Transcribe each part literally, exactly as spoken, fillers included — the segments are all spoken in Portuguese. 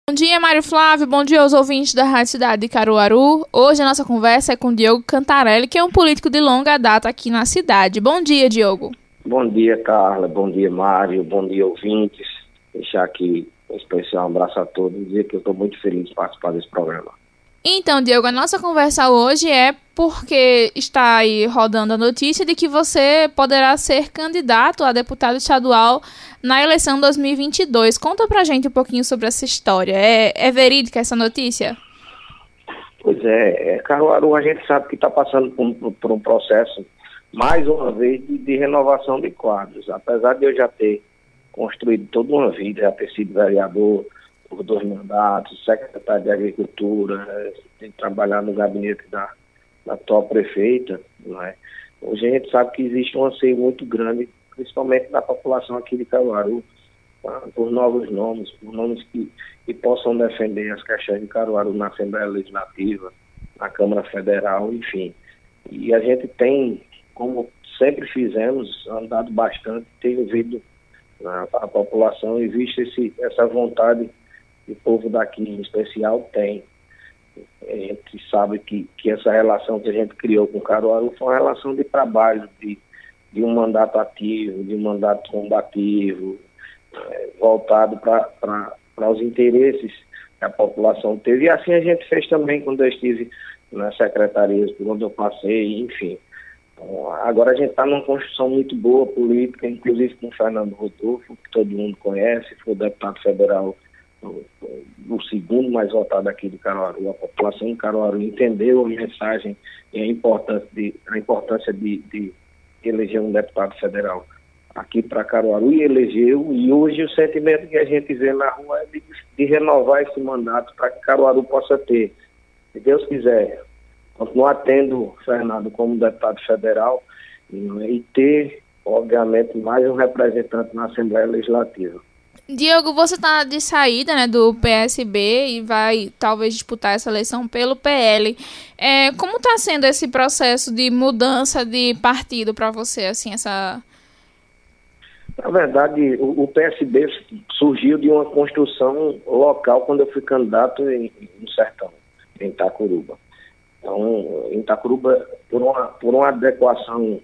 Bom dia, Mário Flávio. Bom dia aos ouvintes da Rádio Cidade de Caruaru. Hoje a nossa conversa é com Diogo Cantarelli, que é um político de longa data aqui na cidade. Bom dia, Diogo. Bom dia, Carla. Bom dia, Mário. Bom dia, ouvintes. Deixar aqui um especial abraço a todos e dizer que eu estou muito feliz de participar desse programa. Então, Diogo, a nossa conversa hoje é porque está aí rodando a notícia de que você poderá ser candidato a deputado estadual na eleição dois mil e vinte e dois. Conta pra gente um pouquinho sobre essa história. É, é verídica essa notícia? Pois é, é, Caruaru a gente sabe que está passando por, por, por um processo, mais uma vez, de, de renovação de quadros. Apesar de eu já ter construído toda uma vida, já ter sido vereador por dois mandatos, secretário de Agricultura, de trabalhar no gabinete da, da atual prefeita, não é? Hoje a gente sabe que existe um anseio muito grande, principalmente da população aqui de Caruaru, tá? Por novos nomes, por nomes que, que possam defender as questões de Caruaru na Assembleia Legislativa, na Câmara Federal, enfim. E a gente tem, como sempre fizemos, andado bastante, tem ouvido a, a população e visto esse, essa vontade que o povo daqui em especial tem. A gente sabe que, que essa relação que a gente criou com Caruaru foi uma relação de trabalho, de, de um mandato ativo, de um mandato combativo, é, voltado para os interesses que a população teve. E assim a gente fez também quando eu estive nas secretarias por onde eu passei, enfim. Então, agora a gente está numa construção muito boa política, inclusive com o Fernando Rodolfo, que todo mundo conhece, foi o deputado federal o segundo mais votado aqui de Caruaru. A população de Caruaru entendeu a mensagem e a importância de, a importância de, de eleger um deputado federal aqui para Caruaru, e elegeu, e hoje o sentimento que a gente vê na rua é de, de renovar esse mandato para que Caruaru possa ter, se Deus quiser, continuar tendo Fernando como deputado federal e, e ter, obviamente, mais um representante na Assembleia Legislativa. Diogo, você está de saída, né, do P S B e vai talvez disputar essa eleição pelo P L. É, como está sendo esse processo de mudança de partido para você, assim, essa... Na verdade, o, o P S B surgiu de uma construção local quando eu fui candidato em, no Sertão, em Itacuruba. Então, em Itacuruba, por uma, por uma adequação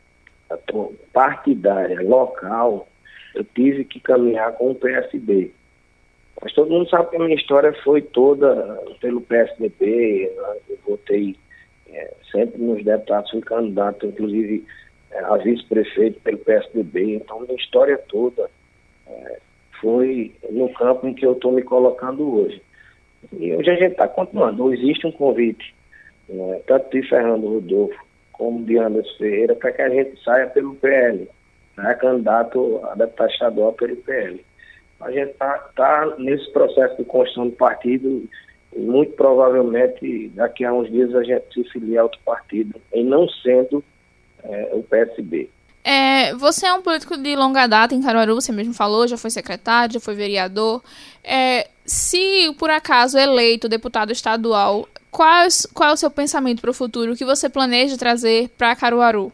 partidária local, eu tive que caminhar com o P S B. Mas todo mundo sabe que a minha história foi toda pelo P S D B, né? Eu votei é, sempre nos deputados, fui candidato, inclusive é, a vice-prefeito pelo P S D B. Então, minha história toda é, foi no campo em que eu estou me colocando hoje. E hoje a gente está continuando. Existe um convite, né, tanto de Fernando Rodolfo como de Anderson Ferreira, para que a gente saia pelo P L. É candidato a deputado estadual pelo P L. A gente está tá nesse processo de construção do partido e muito provavelmente daqui a uns dias a gente se filia a outro partido, em não sendo é, o P S B. É, você é um político de longa data em Caruaru, você mesmo falou, já foi secretário, já foi vereador. É, se por acaso eleito deputado estadual, qual, qual é o seu pensamento para o futuro? O que você planeja trazer para Caruaru?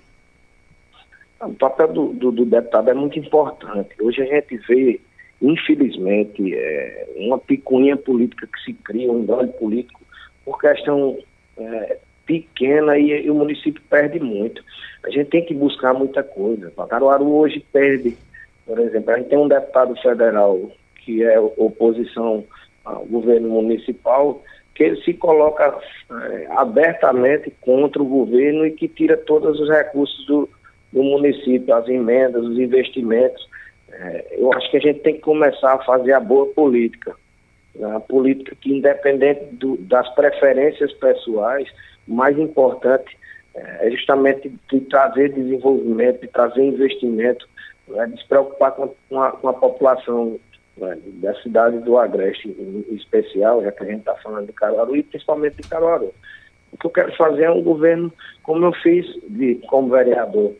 O papel do, do, do deputado é muito importante. Hoje a gente vê, infelizmente, é, uma picuinha política que se cria, um grande político, por questão é, pequena e, e o município perde muito. A gente tem que buscar muita coisa. O Caruaru hoje perde, por exemplo, a gente tem um deputado federal que é oposição ao governo municipal, que ele se coloca é, abertamente contra o governo e que tira todos os recursos do do município, as emendas, os investimentos. É, eu acho que a gente tem que começar a fazer a boa política. Né? A política que, independente do, das preferências pessoais, o mais importante é, é justamente de trazer desenvolvimento, de trazer investimento, né? De se preocupar com, com, a, com a população, né? Da cidade do Agreste, em especial, já que a gente está falando de Caruaru e principalmente de Caruaru. O que eu quero fazer é um governo como eu fiz de, como vereador,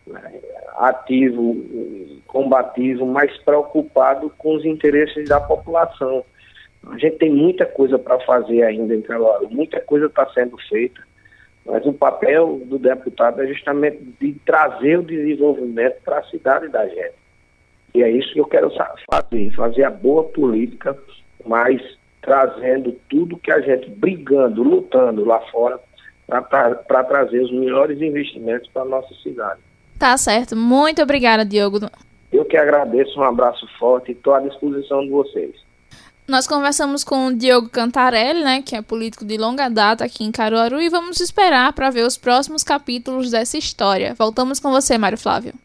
ativo, combativo, mas preocupado com os interesses da população. A gente tem muita coisa para fazer ainda em Caruaru, muita coisa está sendo feita, mas o papel do deputado é justamente de trazer o desenvolvimento para a cidade da gente. E é isso que eu quero fazer, fazer a boa política, mas trazendo tudo que a gente, brigando, lutando lá fora, para trazer os melhores investimentos para a nossa cidade. Tá certo. Muito obrigada, Diogo. Eu que agradeço, um abraço forte e estou à disposição de vocês. Nós conversamos com o Diogo Cantarelli, né, que é político de longa data aqui em Caruaru, e vamos esperar para ver os próximos capítulos dessa história. Voltamos com você, Mário Flávio.